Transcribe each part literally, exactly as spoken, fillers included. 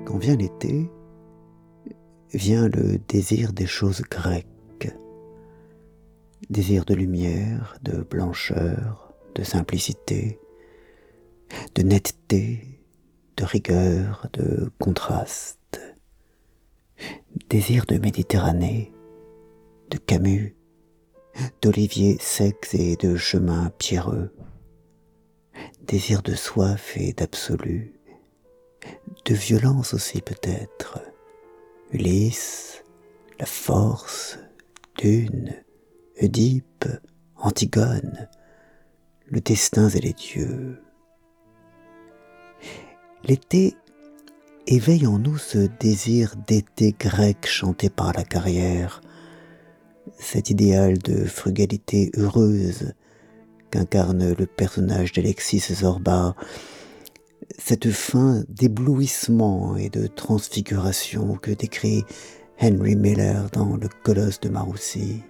Quand vient l'été, vient le désir des choses grecques. Désir de lumière, de blancheur, de simplicité, de netteté, de rigueur, de contraste. Désir de Méditerranée, de Camus, d'oliviers secs et de chemins pierreux. Désir de soif et d'absolu, de violence aussi peut-être. Ulysse, la force, Dune, Oedipe, Antigone, le destin et les dieux. L'été éveille en nous ce désir d'été grec chanté par la Carrière, cet idéal de frugalité heureuse qu'incarne le personnage d'Alexis Zorba, cette fin d'éblouissement et de transfiguration que décrit Henry Miller dans Le Colosse de Maroussi.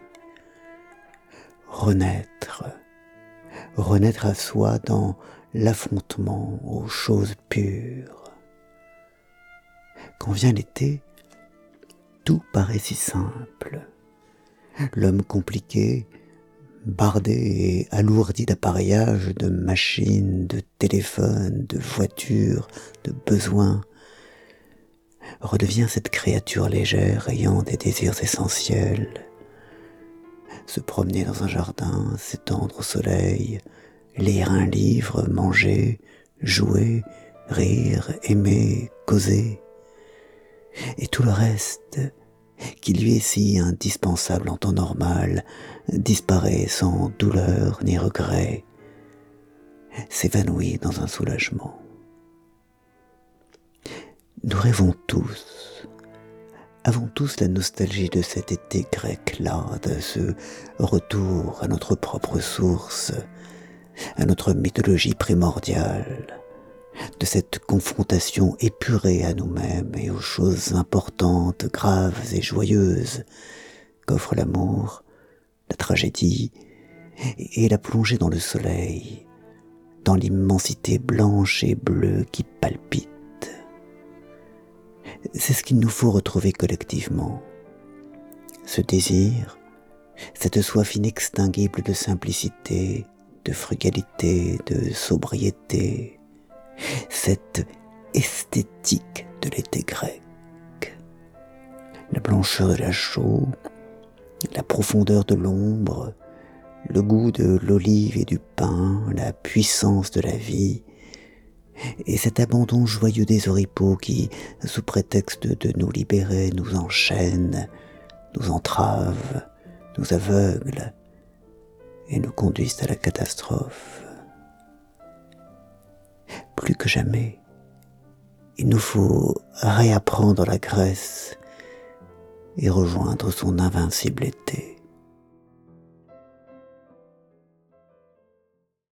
Renaître, renaître à soi dans l'affrontement aux choses pures. Quand vient l'été, tout paraît si simple. L'homme compliqué, bardé et alourdi d'appareillages, de machines, de téléphones, de voitures, de besoins, redevient cette créature légère ayant des désirs essentiels. Se promener dans un jardin, s'étendre au soleil, lire un livre, manger, jouer, rire, aimer, causer. Et tout le reste, qui lui est si indispensable en temps normal, disparaît sans douleur ni regret, s'évanouit dans un soulagement. Nous rêvons tous, avons tous la nostalgie de cet été grec-là, de ce retour à notre propre source, à notre mythologie primordiale, de cette confrontation épurée à nous-mêmes et aux choses importantes, graves et joyeuses qu'offre l'amour, la tragédie et la plongée dans le soleil, dans l'immensité blanche et bleue qui palpite. C'est ce qu'il nous faut retrouver collectivement. Ce désir, cette soif inextinguible de simplicité, de frugalité, de sobriété, cette esthétique de l'été grec. La blancheur de la chaux, la profondeur de l'ombre, le goût de l'olive et du pain, la puissance de la vie, et cet abandon joyeux des oripeaux qui, sous prétexte de nous libérer, nous enchaîne, nous entrave, nous aveugle et nous conduisent à la catastrophe. Plus que jamais, il nous faut réapprendre la Grèce et rejoindre son invincible été.